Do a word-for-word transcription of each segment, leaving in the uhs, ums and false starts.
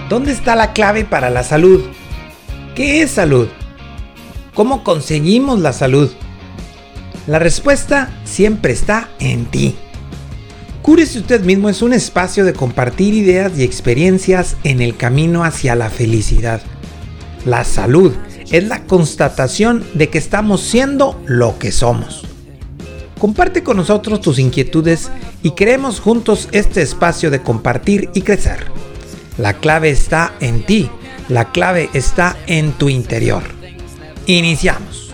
¿Dónde está la clave para la salud? ¿Qué es salud? ¿Cómo conseguimos la salud? La respuesta siempre está en ti. Cúrese usted mismo es un espacio de compartir ideas y experiencias en el camino hacia la felicidad. La salud es la constatación de que estamos siendo lo que somos. Comparte con nosotros tus inquietudes y creemos juntos este espacio de compartir y crecer. La clave está en ti, la clave está en tu interior. Iniciamos.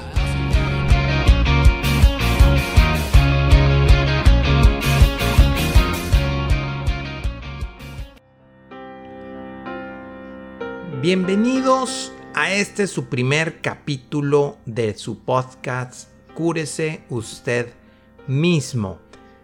Bienvenidos a este su primer capítulo de su podcast Cúrese usted mismo.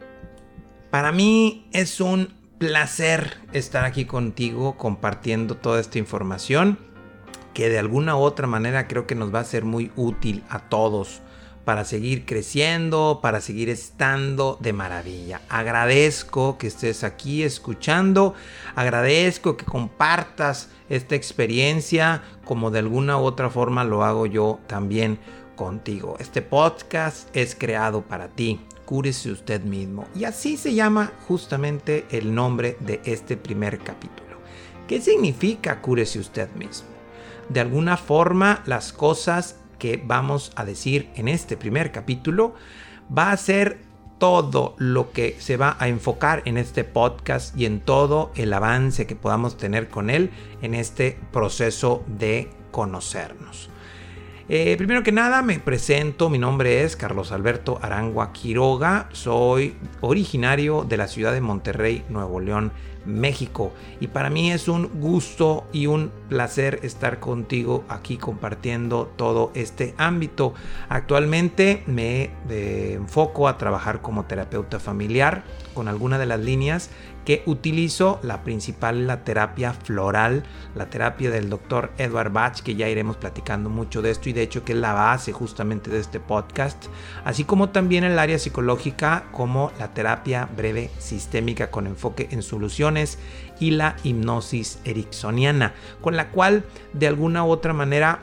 Para mí es un placer estar aquí contigo compartiendo toda esta información que de alguna u otra manera creo que nos va a ser muy útil a todos para seguir creciendo, para seguir estando de maravilla. Agradezco que estés aquí escuchando, agradezco que compartas esta experiencia como de alguna u otra forma lo hago yo también contigo. Este podcast es creado para ti. Cúrese usted mismo. Y así se llama justamente el nombre de este primer capítulo. ¿Qué significa cúrese usted mismo? De alguna forma, las cosas que vamos a decir en este primer capítulo va a ser todo lo que se va a enfocar en este podcast y en todo el avance que podamos tener con él en este proceso de conocernos. Eh, primero que nada me presento, mi nombre es Carlos Alberto Arangua Quiroga, soy originario de la ciudad de Monterrey, Nuevo León, México, y para mí es un gusto y un placer estar contigo aquí compartiendo todo este ámbito. Actualmente me eh, enfoco a trabajar como terapeuta familiar con alguna de las líneas que utilizo. La principal, la terapia floral, la terapia del doctor Edward Bach, que ya iremos platicando mucho de esto y de hecho que es la base justamente de este podcast, así como también el área psicológica como la terapia breve sistémica con enfoque en soluciones y la hipnosis ericksoniana, con la cual de alguna u otra manera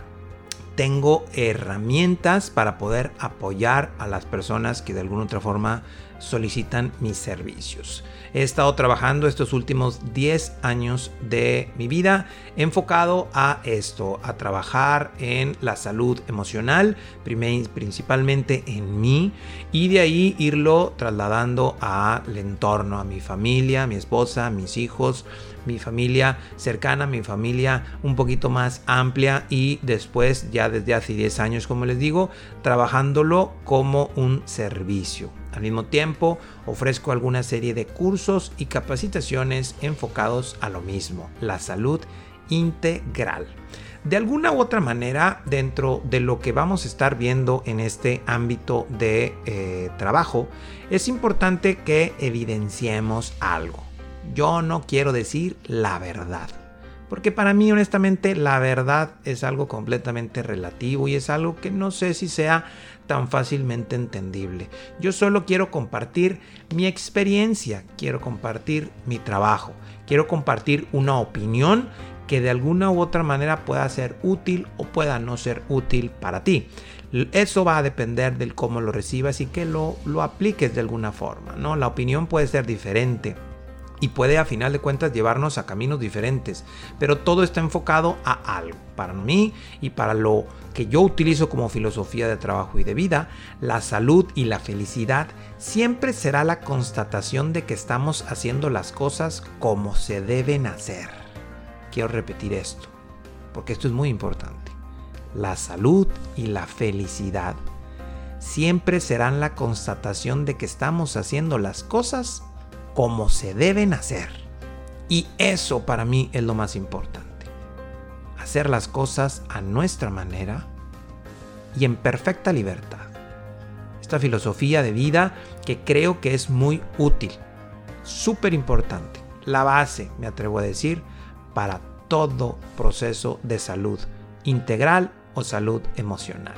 tengo herramientas para poder apoyar a las personas que de alguna u otra forma solicitan mis servicios. He estado trabajando estos últimos diez años de mi vida enfocado a esto, a trabajar en la salud emocional, principalmente en mí, y de ahí irlo trasladando al entorno, a mi familia, a mi esposa, a mis hijos, mi familia cercana, mi familia un poquito más amplia y después ya desde hace diez años, como les digo, trabajándolo como un servicio. Al mismo tiempo, ofrezco alguna serie de cursos y capacitaciones enfocados a lo mismo, la salud integral. De alguna u otra manera, dentro de lo que vamos a estar viendo en este ámbito de eh, trabajo, es importante que evidenciemos algo. Yo no quiero decir la verdad, porque para mí honestamente la verdad es algo completamente relativo y es algo que no sé si sea tan fácilmente entendible. Yo solo quiero compartir mi experiencia, quiero compartir mi trabajo, quiero compartir una opinión que de alguna u otra manera pueda ser útil o pueda no ser útil para ti. Eso va a depender del cómo lo recibas y que lo, lo apliques de alguna forma, ¿no? La opinión puede ser diferente y puede a final de cuentas llevarnos a caminos diferentes, pero todo está enfocado a algo. Para mí y para lo que yo utilizo como filosofía de trabajo y de vida, la salud y la felicidad siempre será la constatación de que estamos haciendo las cosas como se deben hacer. Quiero repetir esto, porque esto es muy importante. La salud y la felicidad siempre serán la constatación de que estamos haciendo las cosas como se deben hacer. Y eso para mí es lo más importante. Hacer las cosas a nuestra manera y en perfecta libertad. Esta filosofía de vida que creo que es muy útil, súper importante, la base, me atrevo a decir, para todo proceso de salud integral o salud emocional.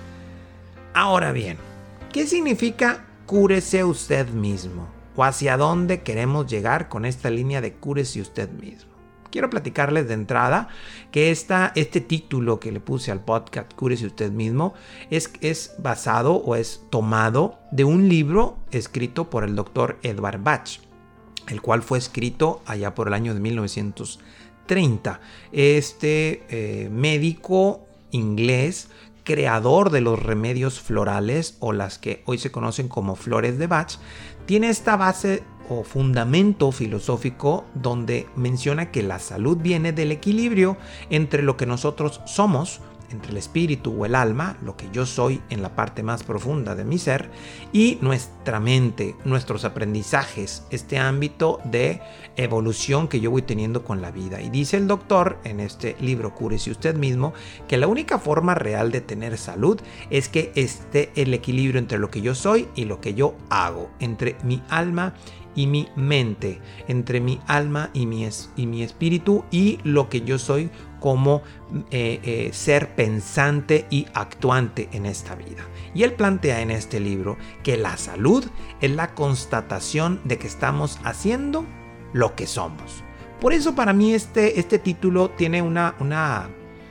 Ahora bien, ¿qué significa cúrese usted mismo? ¿O hacia dónde queremos llegar con esta línea de cúrese usted mismo? Quiero platicarles de entrada que esta, este título que le puse al podcast Cúrese Usted Mismo es, es basado o es tomado de un libro escrito por el doctor Edward Bach, el cual fue escrito allá por el año de mil novecientos treinta. Este eh, médico inglés, creador de los remedios florales o las que hoy se conocen como flores de Bach, tiene esta base o fundamento filosófico donde menciona que la salud viene del equilibrio entre lo que nosotros somos, entre el espíritu o el alma, lo que yo soy en la parte más profunda de mi ser, y nuestra mente, nuestros aprendizajes, este ámbito de evolución que yo voy teniendo con la vida. Y dice el doctor en este libro Cúrese Usted Mismo que la única forma real de tener salud es que esté el equilibrio entre lo que yo soy y lo que yo hago, entre mi alma y mi mente, entre mi alma y mi, es, y mi espíritu, y lo que yo soy como eh, eh, ser pensante y actuante en esta vida. Y él plantea en este libro que la salud es la constatación de que estamos haciendo lo que somos. Por eso para mí este, este título tiene una, una,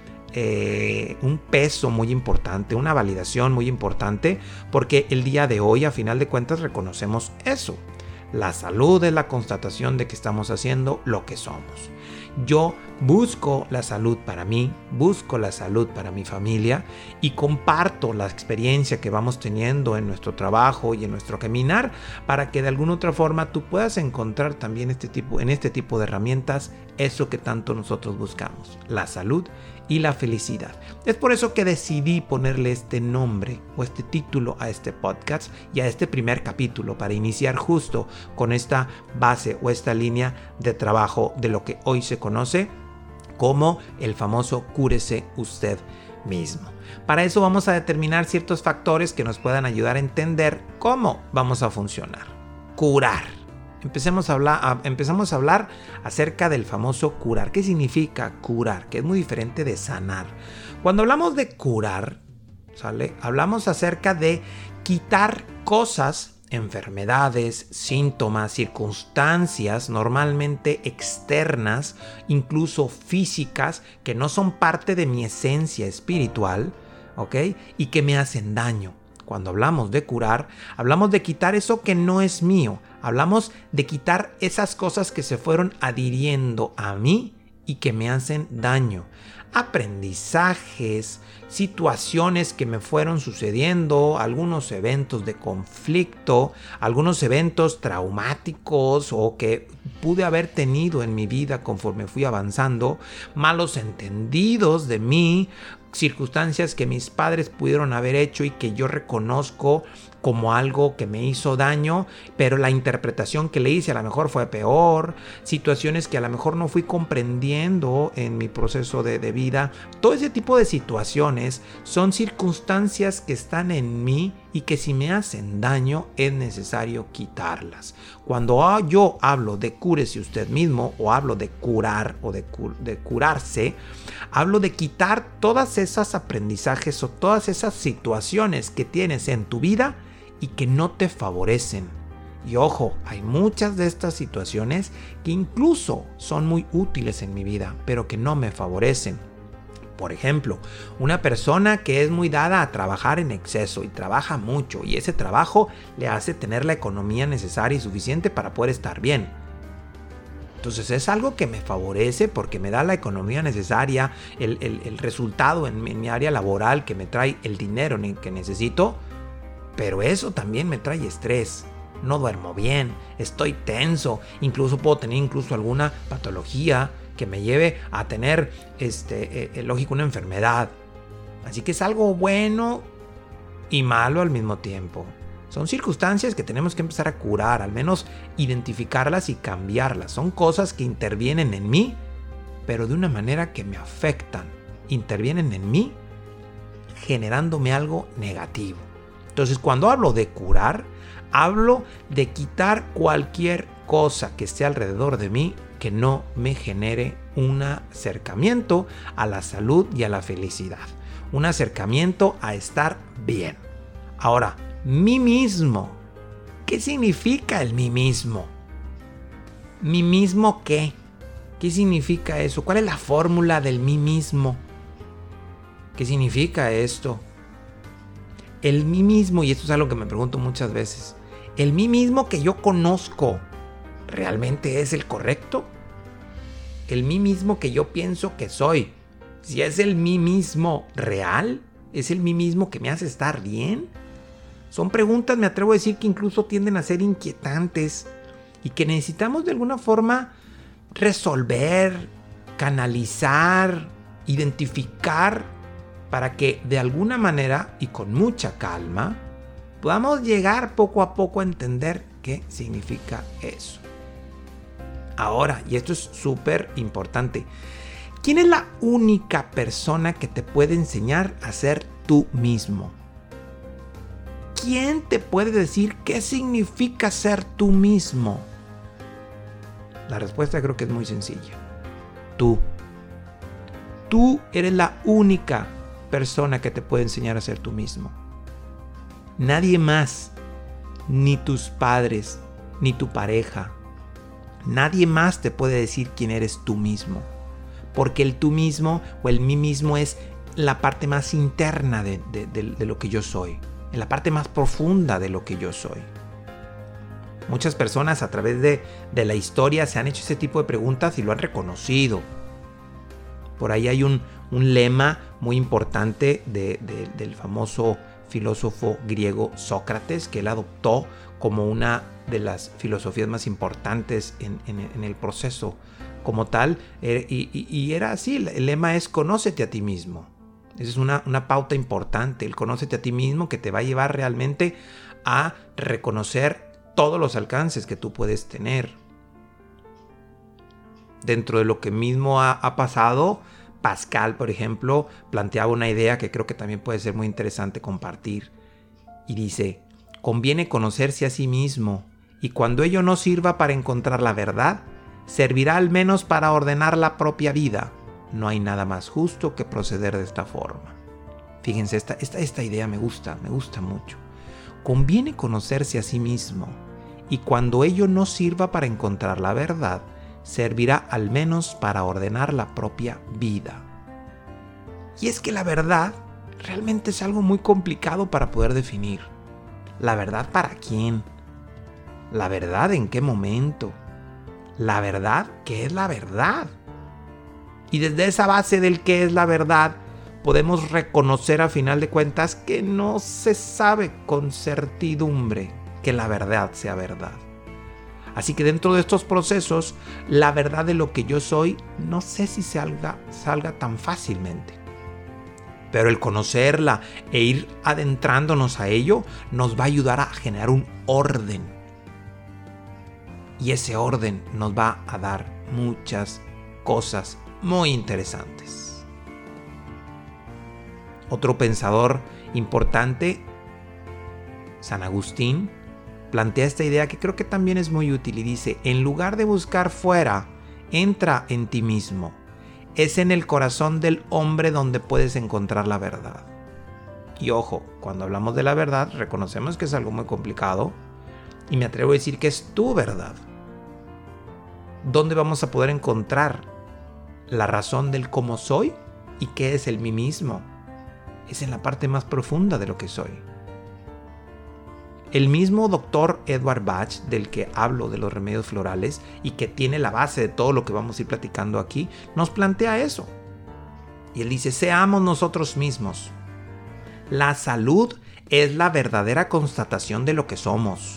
eh, un peso muy importante, una validación muy importante, porque el día de hoy, a final de cuentas, reconocemos eso. La salud es la constatación de que estamos haciendo lo que somos. Yo busco la salud para mí, busco la salud para mi familia y comparto la experiencia que vamos teniendo en nuestro trabajo y en nuestro caminar para que de alguna otra forma tú puedas encontrar también este tipo, en este tipo de herramientas eso que tanto nosotros buscamos, la salud y la felicidad. Es por eso que decidí ponerle este nombre o este título a este podcast y a este primer capítulo para iniciar justo con esta base o esta línea de trabajo de lo que hoy se conoce como el famoso Cúrese Usted Mismo. Para eso vamos a determinar ciertos factores que nos puedan ayudar a entender cómo vamos a funcionar. Curar. Empecemos a hablar, a, empezamos a hablar acerca del famoso curar. ¿Qué significa curar? Que es muy diferente de sanar. Cuando hablamos de curar, ¿sale? Hablamos acerca de quitar cosas, enfermedades, síntomas, circunstancias normalmente externas, incluso físicas, que no son parte de mi esencia espiritual, ¿ok? Y que me hacen daño. Cuando hablamos de curar, hablamos de quitar eso que no es mío. Hablamos de quitar esas cosas que se fueron adhiriendo a mí y que me hacen daño. Aprendizajes, situaciones que me fueron sucediendo, algunos eventos de conflicto, algunos eventos traumáticos o que pude haber tenido en mi vida conforme fui avanzando, malos entendidos de mí, circunstancias que mis padres pudieron haber hecho y que yo reconozco como algo que me hizo daño, pero la interpretación que le hice a lo mejor fue peor, situaciones que a lo mejor no fui comprendiendo en mi proceso de, de vida. Todo ese tipo de situaciones son circunstancias que están en mí y que si me hacen daño es necesario quitarlas. Cuando yo hablo de cúrese usted mismo o hablo de curar o de, cur- de curarse, hablo de quitar todas esas aprendizajes o todas esas situaciones que tienes en tu vida y que no te favorecen. Y ojo, hay muchas de estas situaciones que incluso son muy útiles en mi vida, pero que no me favorecen. Por ejemplo, una persona que es muy dada a trabajar en exceso y trabaja mucho y ese trabajo le hace tener la economía necesaria y suficiente para poder estar bien. Entonces es algo que me favorece porque me da la economía necesaria, el, el, el resultado en mi, en mi área laboral que me trae el dinero que necesito, pero eso también me trae estrés. No duermo bien, estoy tenso, incluso puedo tener incluso alguna patología que me lleve a tener, este, eh, lógico, una enfermedad. Así que es algo bueno y malo al mismo tiempo. Son circunstancias que tenemos que empezar a curar, al menos identificarlas y cambiarlas. Son cosas que intervienen en mí, pero de una manera que me afectan. Intervienen en mí generándome algo negativo. Entonces, cuando hablo de curar, hablo de quitar cualquier cosa que esté alrededor de mí que no me genere un acercamiento a la salud y a la felicidad. Un acercamiento a estar bien. Ahora, mí mismo. ¿Qué significa el mí mismo? ¿Mí mismo qué? ¿Qué significa eso? ¿Cuál es la fórmula del mí mismo? ¿Qué significa esto? El mí mismo, y esto es algo que me pregunto muchas veces, ¿el mí mismo que yo conozco realmente es el correcto? ¿El mí mismo que yo pienso que soy, si es el mí mismo real? ¿Es el mí mismo que me hace estar bien? Son preguntas, me atrevo a decir, que incluso tienden a ser inquietantes y que necesitamos de alguna forma resolver, canalizar, identificar, para que de alguna manera y con mucha calma podamos llegar poco a poco a entender qué significa eso. Ahora, y esto es súper importante, ¿quién es la única persona que te puede enseñar a ser tú mismo? ¿Quién te puede decir qué significa ser tú mismo? La respuesta creo que es muy sencilla. Tú. Tú eres la única persona que te puede enseñar a ser tú mismo. Nadie más, ni tus padres, ni tu pareja, nadie más te puede decir quién eres tú mismo. Porque el tú mismo o el mí mismo es la parte más interna de, de, de, de lo que yo soy, en la parte más profunda de lo que yo soy. Muchas personas a través de, de la historia se han hecho ese tipo de preguntas y lo han reconocido. Por ahí hay un, un lema muy importante de, de, del famoso filósofo griego Sócrates, que él adoptó como una de las filosofías más importantes en, en, en el proceso como tal. Eh, y, y, y era así, el lema es: conócete a ti mismo. Esa es una, una pauta importante, el conócete a ti mismo, que te va a llevar realmente a reconocer todos los alcances que tú puedes tener. Dentro de lo que mismo ha, ha pasado, Pascal, por ejemplo, planteaba una idea que creo que también puede ser muy interesante compartir. Y dice: conviene conocerse a sí mismo, y cuando ello no sirva para encontrar la verdad, servirá al menos para ordenar la propia vida. No hay nada más justo que proceder de esta forma. Fíjense, esta, esta, esta idea me gusta, me gusta mucho. Conviene conocerse a sí mismo, y cuando ello no sirva para encontrar la verdad, servirá al menos para ordenar la propia vida. Y es que la verdad realmente es algo muy complicado para poder definir. ¿La verdad para quién? ¿La verdad en qué momento? ¿La verdad qué es la verdad? Y desde esa base del qué es la verdad, podemos reconocer a final de cuentas que no se sabe con certidumbre que la verdad sea verdad. Así que dentro de estos procesos, la verdad de lo que yo soy, no sé si salga, salga tan fácilmente. Pero el conocerla e ir adentrándonos a ello nos va a ayudar a generar un orden. Y ese orden nos va a dar muchas cosas muy interesantes. Otro pensador importante, San Agustín, plantea esta idea que creo que también es muy útil y dice: en lugar de buscar fuera, entra en ti mismo. Es en el corazón del hombre donde puedes encontrar la verdad. Y ojo, cuando hablamos de la verdad, reconocemos que es algo muy complicado y me atrevo a decir que es tu verdad. ¿Dónde vamos a poder encontrar la razón del cómo soy y qué es el mí mismo? Es en la parte más profunda de lo que soy. El mismo doctor Edward Bach, del que hablo de los remedios florales y que tiene la base de todo lo que vamos a ir platicando aquí, nos plantea eso. Y él dice: seamos nosotros mismos. La salud es la verdadera constatación de lo que somos.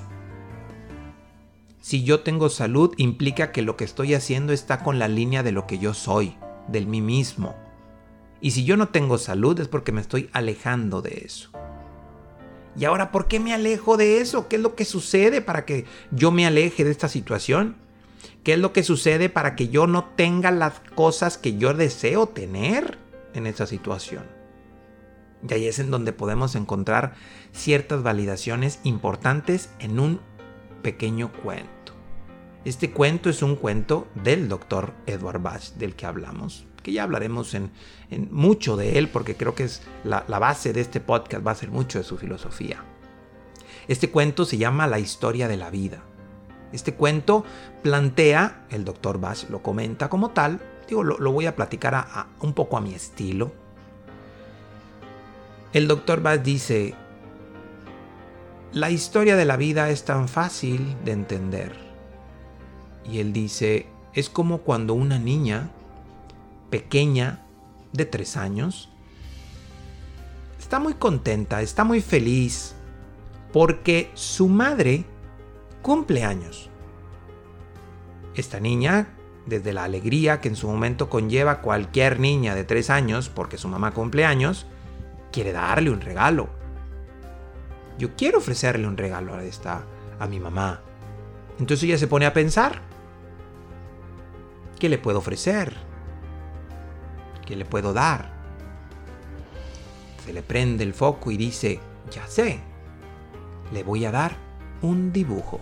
Si yo tengo salud, implica que lo que estoy haciendo está con la línea de lo que yo soy, del mí mismo. Y si yo no tengo salud, es porque me estoy alejando de eso. Y ahora, ¿por qué me alejo de eso? ¿Qué es lo que sucede para que yo me aleje de esta situación? ¿Qué es lo que sucede para que yo no tenga las cosas que yo deseo tener en esta situación? Y ahí es en donde podemos encontrar ciertas validaciones importantes en un pequeño cuento. Este cuento es un cuento del doctor Edward Bach, del que hablamos, que ya hablaremos en, en mucho de él, porque creo que es la, la base de este podcast, va a ser mucho de su filosofía. Este cuento se llama La historia de la vida. Este cuento plantea, el doctor Bash lo comenta como tal, digo, lo, lo voy a platicar a, a, un poco a mi estilo. El doctor Bash dice, la historia de la vida es tan fácil de entender. Y él dice, es como cuando una niña pequeña de tres años está muy contenta, está muy feliz porque su madre cumple años. Esta niña, desde la alegría que en su momento conlleva cualquier niña de tres años porque su mamá cumple años, quiere darle un regalo. Yo quiero ofrecerle un regalo a esta, a mi mamá. Entonces ella se pone a pensar, ¿qué le puedo ofrecer? ¿Qué le puedo dar? Se le prende el foco y dice, ya sé, le voy a dar un dibujo.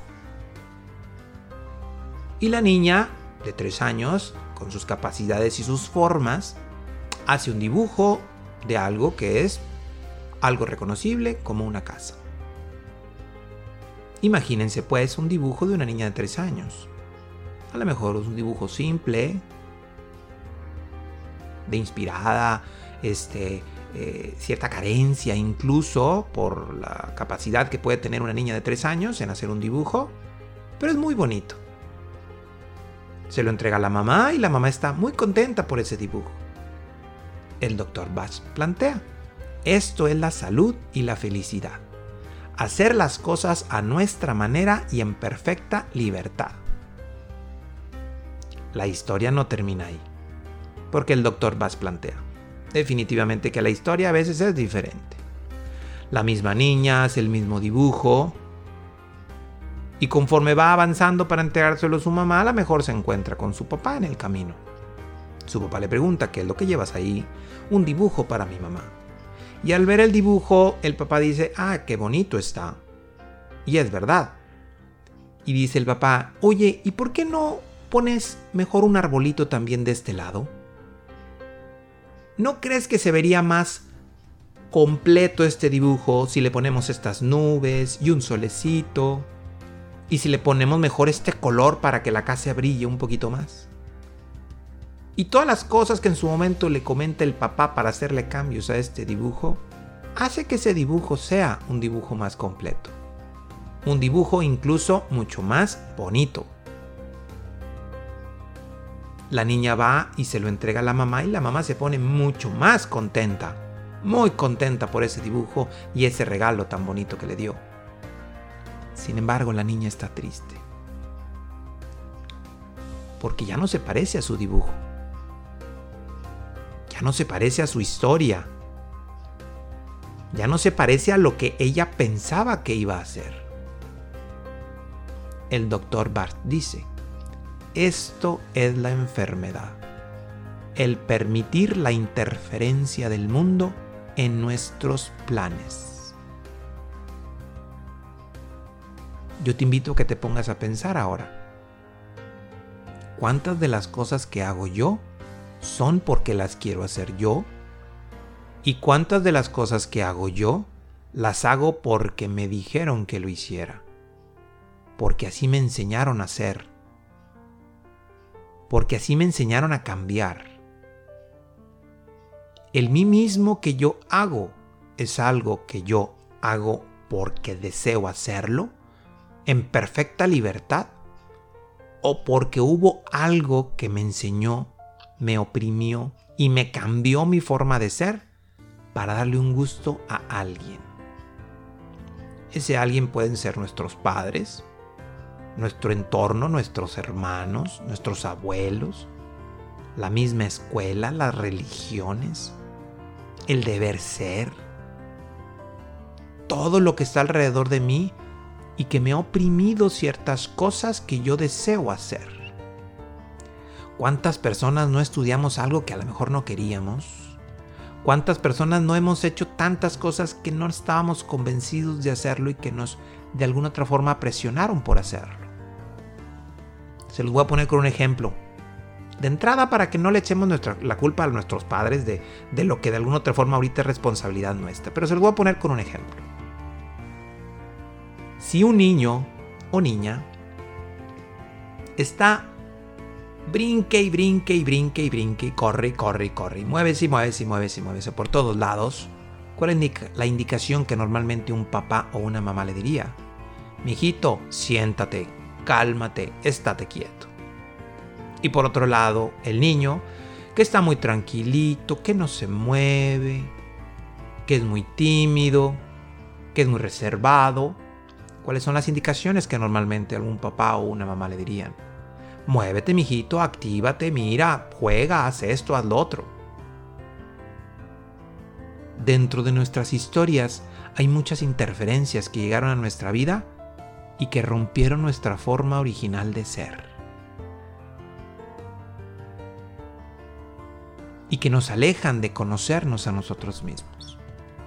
Y la niña de tres años, con sus capacidades y sus formas, hace un dibujo de algo que es algo reconocible como una casa. Imagínense pues un dibujo de una niña de tres años. A lo mejor es un dibujo simple, de inspirada, este, eh, cierta carencia incluso por la capacidad que puede tener una niña de tres años en hacer un dibujo, pero es muy bonito. Se lo entrega a la mamá y la mamá está muy contenta por ese dibujo. El doctor Bash plantea, esto es la salud y la felicidad. Hacer las cosas a nuestra manera y en perfecta libertad. La historia no termina ahí, porque el doctor Bash plantea, definitivamente que la historia a veces es diferente. La misma niña hace el mismo dibujo, y conforme va avanzando para entregárselo a su mamá, a lo mejor se encuentra con su papá en el camino. Su papá le pregunta, ¿qué es lo que llevas ahí? Un dibujo para mi mamá. Y al ver el dibujo, el papá dice, ah, qué bonito está. Y es verdad. Y dice el papá, oye, ¿y por qué no pones mejor un arbolito también de este lado? ¿No crees que se vería más completo este dibujo si le ponemos estas nubes y un solecito? Y si le ponemos mejor este color para que la casa brille un poquito más. Y todas las cosas que en su momento le comenta el papá para hacerle cambios a este dibujo, hace que ese dibujo sea un dibujo más completo. Un dibujo incluso mucho más bonito. La niña va y se lo entrega a la mamá y la mamá se pone mucho más contenta. Muy contenta por ese dibujo y ese regalo tan bonito que le dio. Sin embargo, la niña está triste. Porque ya no se parece a su dibujo. Ya no se parece a su historia. Ya no se parece a lo que ella pensaba que iba a hacer. El doctor Bash dice, esto es la enfermedad. El permitir la interferencia del mundo en nuestros planes. Yo te invito a que te pongas a pensar ahora. ¿Cuántas de las cosas que hago yo son porque las quiero hacer yo? ¿Y cuántas de las cosas que hago yo las hago porque me dijeron que lo hiciera? Porque así me enseñaron a hacer. Porque así me enseñaron a cambiar. El mí mismo que yo hago es algo que yo hago porque deseo hacerlo, en perfecta libertad, o porque hubo algo que me enseñó, me oprimió y me cambió mi forma de ser para darle un gusto a alguien. Ese alguien pueden ser nuestros padres, nuestro entorno, nuestros hermanos, nuestros abuelos, la misma escuela, las religiones, el deber ser, todo lo que está alrededor de mí y que me ha oprimido ciertas cosas que yo deseo hacer. ¿Cuántas personas no estudiamos algo que a lo mejor no queríamos? ¿Cuántas personas no hemos hecho tantas cosas que no estábamos convencidos de hacerlo y que nos de alguna otra forma presionaron por hacerlo? Se los voy a poner con un ejemplo. De entrada, para que no le echemos nuestra, la culpa a nuestros padres de, de lo que de alguna otra forma ahorita es responsabilidad nuestra. Pero se los voy a poner con un ejemplo. Si un niño o niña está brinque y brinque y brinque y brinque y corre y corre y corre y muévese y muévese y muévese y muévese por todos lados, ¿cuál es la indicación que normalmente un papá o una mamá le diría? Mijito, siéntate, cálmate, estate quieto. Y por otro lado, el niño, que está muy tranquilito, que no se mueve, que es muy tímido, que es muy reservado. ¿Cuáles son las indicaciones que normalmente algún papá o una mamá le dirían? Muévete, mijito, actívate, mira, juega, haz esto, haz lo otro. Dentro de nuestras historias hay muchas interferencias que llegaron a nuestra vida y que rompieron nuestra forma original de ser. Y que nos alejan de conocernos a nosotros mismos.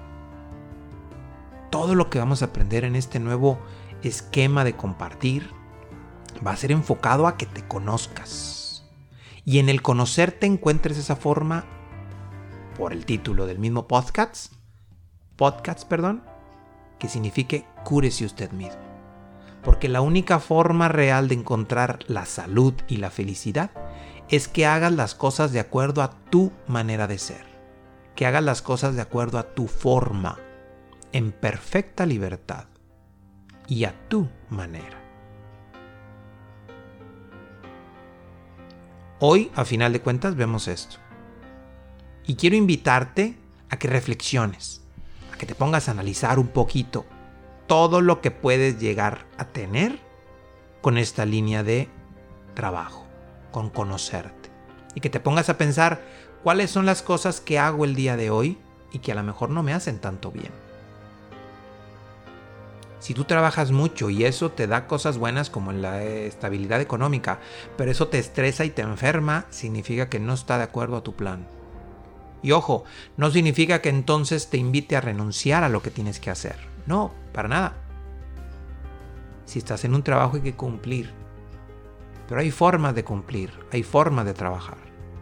Todo lo que vamos a aprender en este nuevo esquema de compartir va a ser enfocado a que te conozcas. Y en el conocerte encuentres esa forma, por el título del mismo podcast, podcast, perdón, que signifique cúrese usted mismo. Porque la única forma real de encontrar la salud y la felicidad es que hagas las cosas de acuerdo a tu manera de ser. Que hagas las cosas de acuerdo a tu forma, en perfecta libertad y a tu manera. Hoy, a final de cuentas, vemos esto. Y quiero invitarte a que reflexiones, a que te pongas a analizar un poquito todo lo que puedes llegar a tener con esta línea de trabajo, con conocerte. Y que te pongas a pensar cuáles son las cosas que hago el día de hoy y que a lo mejor no me hacen tanto bien. Si tú trabajas mucho y eso te da cosas buenas como la estabilidad económica, pero eso te estresa y te enferma, significa que no está de acuerdo a tu plan. Y ojo, no significa que entonces te invite a renunciar a lo que tienes que hacer. No, para nada. Si estás en un trabajo hay que cumplir. Pero hay formas de cumplir, hay formas de trabajar.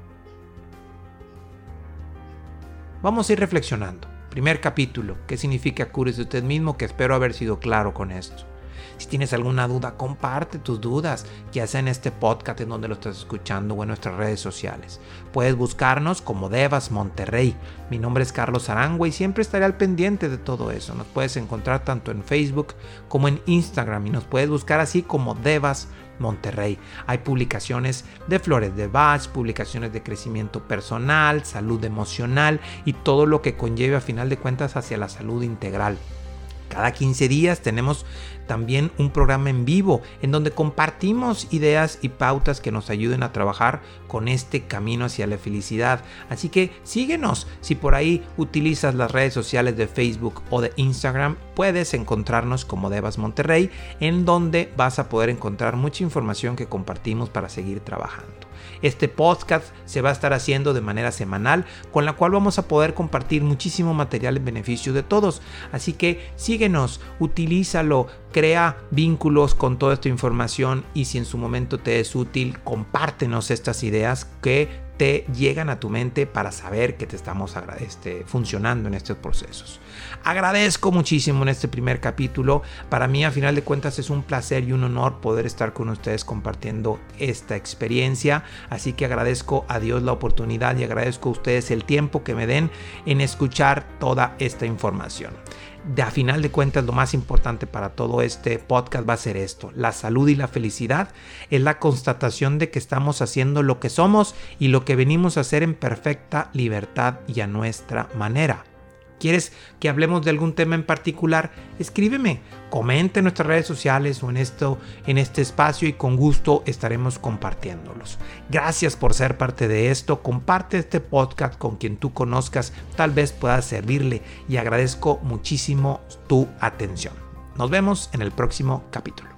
Vamos a ir reflexionando. Primer capítulo, ¿qué significa cúrese usted mismo? Que espero haber sido claro con esto. Si tienes alguna duda, comparte tus dudas, ya sea en este podcast en donde lo estás escuchando o en nuestras redes sociales. Puedes buscarnos como Devas Monterrey. Mi nombre es Carlos Arango y siempre estaré al pendiente de todo eso. Nos puedes encontrar tanto en Facebook como en Instagram y nos puedes buscar así como Devas Monterrey. Hay publicaciones de flores de Bach, publicaciones de crecimiento personal, salud emocional y todo lo que conlleve a final de cuentas hacia la salud integral. Cada quince días tenemos también un programa en vivo en donde compartimos ideas y pautas que nos ayuden a trabajar con este camino hacia la felicidad. Así que síguenos. Si por ahí utilizas las redes sociales de Facebook o de Instagram, puedes encontrarnos como Devas Monterrey, en donde vas a poder encontrar mucha información que compartimos para seguir trabajando. Este podcast se va a estar haciendo de manera semanal, con la cual vamos a poder compartir muchísimo material en beneficio de todos. Así que síguenos, utilízalo, crea vínculos con toda esta información y si en su momento te es útil, compártenos estas ideas que te llegan a tu mente para saber que te estamos este, funcionando en estos procesos. Agradezco muchísimo en este primer capítulo. Para mí, a final de cuentas, es un placer y un honor poder estar con ustedes compartiendo esta experiencia. Así que agradezco a Dios la oportunidad y agradezco a ustedes el tiempo que me den en escuchar toda esta información. De a final de cuentas, lo más importante para todo este podcast va a ser esto: la salud y la felicidad es la constatación de que estamos haciendo lo que somos y lo que venimos a hacer en perfecta libertad y a nuestra manera. ¿Quieres que hablemos de algún tema en particular? Escríbeme, comenta en nuestras redes sociales o en, esto, en este espacio y con gusto estaremos compartiéndolos. Gracias por ser parte de esto. Comparte este podcast con quien tú conozcas, tal vez pueda servirle y agradezco muchísimo tu atención. Nos vemos en el próximo capítulo.